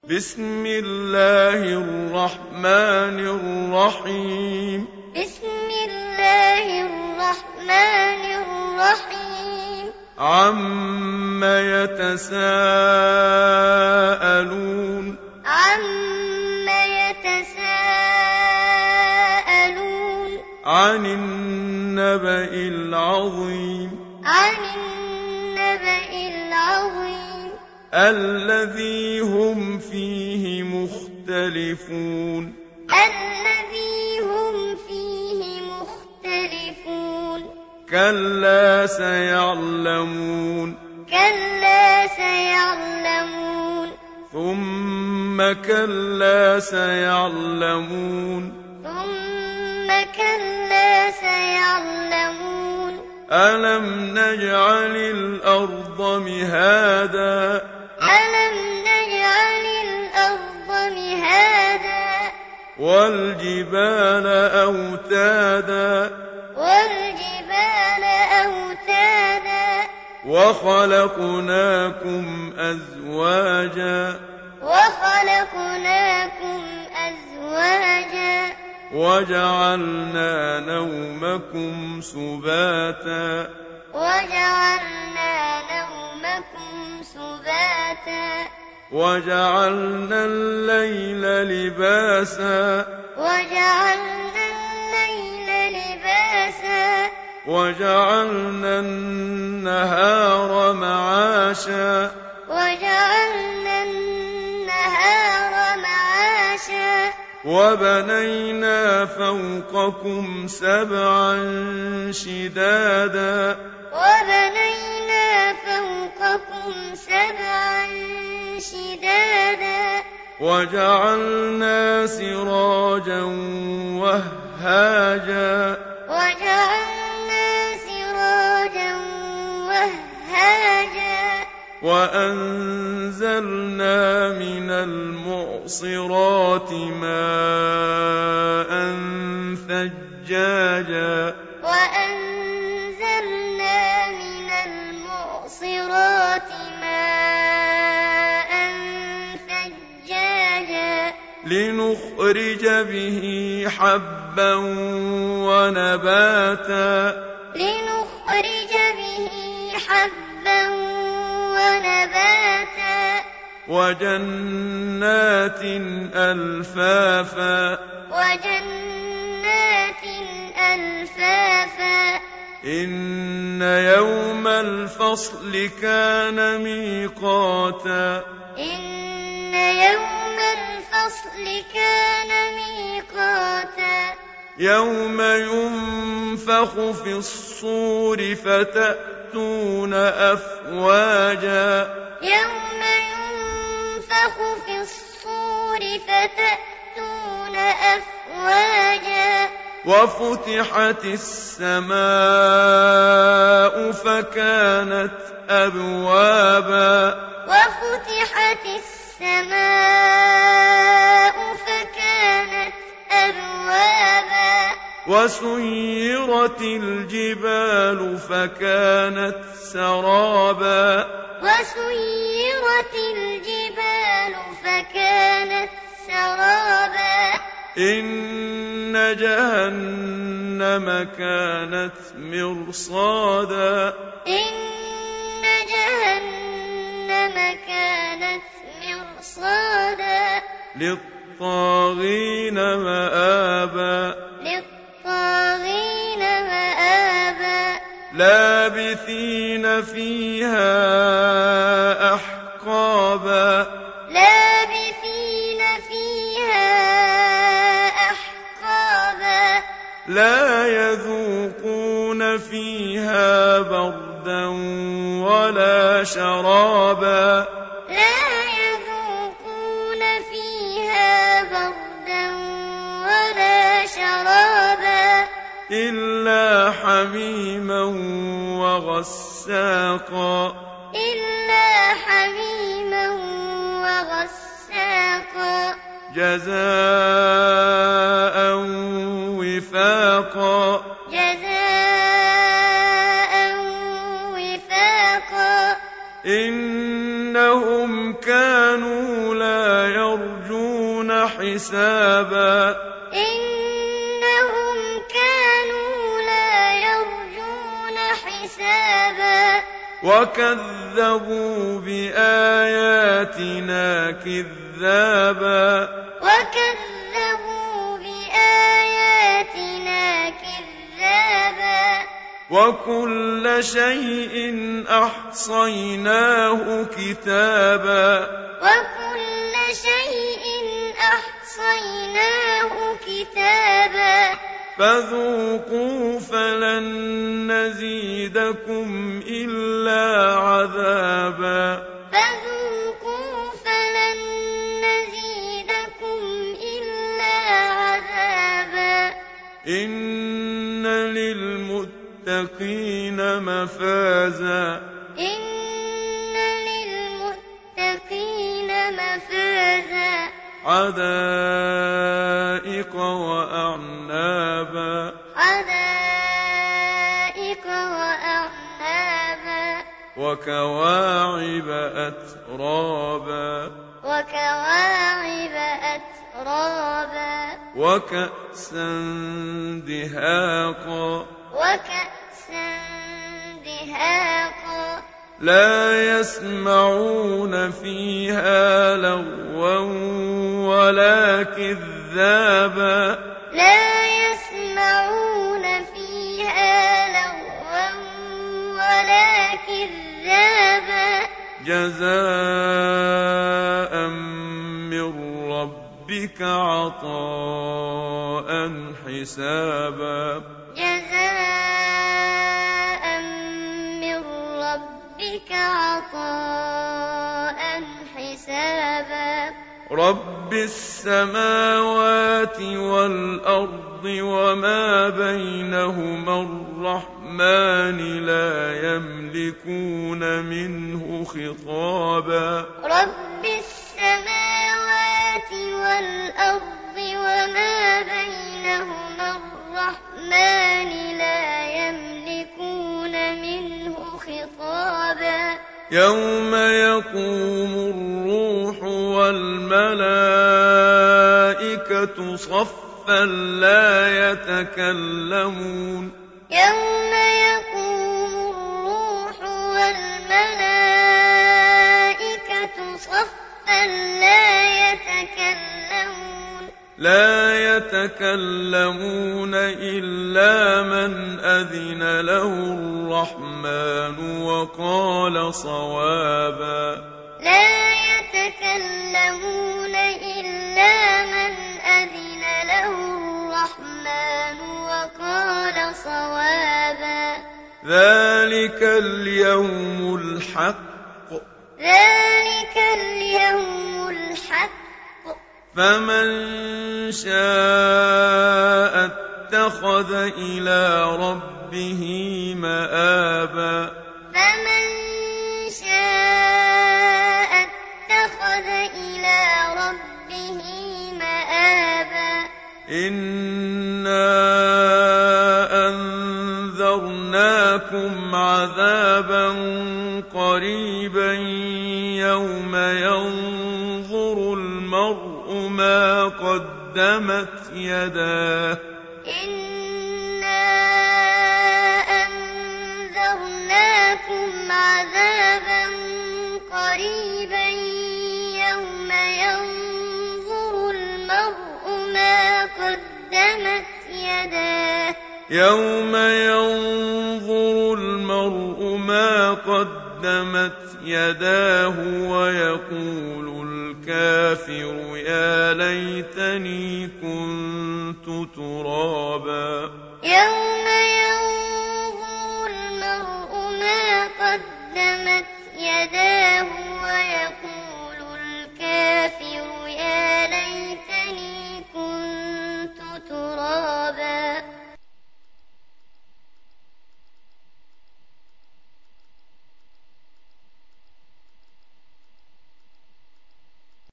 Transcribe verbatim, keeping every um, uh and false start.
بسم الله الرحمن الرحيم بسم الله الرحمن الرحيم عم يتساءلون عم يتساءلون عن النبأ العظيم عن النبأ العظيم الذي هم فيه مختلفون الذي هم فيه مختلفون كلا سيعلمون كلا سيعلمون ثم كلا سيعلمون ثم كلا سيعلمون ألم نجعل الأرض مهادا ألم نجعل الأرض مهادا والجبال أوتادا والجبال أوتادا وخلقناكم أزواجا وخلقناكم أزواجا وجعلنا نومكم سباتا وجعلنا نومكم سباتا وجعلنا الليل لباسا وجعلنا الليل لباسا وجعلنا النهار معاشا وجعلنا النهار معاشا وبنينا فوقكم سبعا شدادا وبنينا فوقكم سبعا شدادا وجعلنا سراجا وهاجا وجعلنا سراجا وهاجا وأنزلنا من المعصرات ماء ثجاجا وأنزلنا من المعصرات ماء ثجاجا لنخرج به حبا ونباتا لنخرج به حبا ونباتا وجنات ألفافا وجنات ألفافا إن يوم الفصل كان ميقاتا إن يوم الفصل كان ميقاتا يوم ينفخ في الصور فتأتون أفواجا يوم ينفخ في الصور فتأتون أفواجا وفتحت السماء فكانت أبوابا وفتحت السماء فكانت أبوابا وسيرت الجبال فكانت سرابا وسيرت الجبال فكانت سرابا إن جهنم كانت مرصادا إن جهنم كانت مرصادا للطاغين مآبا للطاغين مآبا لابثين فيها أحقابا لابثين فيها أحقابا لا يذوقون فيها بردا ولا شرابا لا يذوقون فيها بردا ولا شرابا إلا حميما وغساقا إلا حميما وغساقا جزاء وفاقا جزاء وفاقا إنهم كانوا لا يرجون حسابا إنهم كانوا لا يرجون حسابا وكذبوا بآياتنا كذابا وكذبوا بآياتنا كذابا وكل شيء أحصيناه كتابا وكل شيء أحصيناه كتابا فذوقوا فلن نزيدكم إلا عذابا فذوقوا فلن نزيدكم إلا عذابا إن للمتقين مفازا إن للمتقين مفازا حدائق وأعنابا حدائق وأعنابا وكواعب أترابا وكواعب أترابا وكأسا دهاقا وكأسا دهاقا لا يسمعون فيها لغوا ولا كذابا لا يسمعون فيها لغوا ولا كذابا جزاء من ربك عطاء حسابا جزاء من ربك عطاء حسابا رب السماوات والأرض وما بينهما الرحمن لا يملكون منه خطابا رب السماوات والأرض وما بينهما الرحمن لا يملكون منه خطابا يوم يقوم الروح والملائكة صفا لا يتكلمون يوم يقوم الروح والملائكة صفا لا يتكلمون لا يتكلمون إلا من أذن له الرحمن وقال صوابا لا يتكلمون إلا من أذن له الرحمن وقال صوابا ذلك اليوم الحق ذلك اليوم الحق فمن شاء اتخذ إلى ربه مآبا فمن شاء اتخذ إلى ربه مآبا إنا أنذرناكم عذابا قريبا يوم ينظر المرء ما قدمت يداه إنا أنذرناكم عذابا قريبا يوم ينظر المرء ما قدمت يداه يوم ينظر المرء ما قدمت يداه ويقول الكافر يا ليتني كنت ترابا يوم ينظر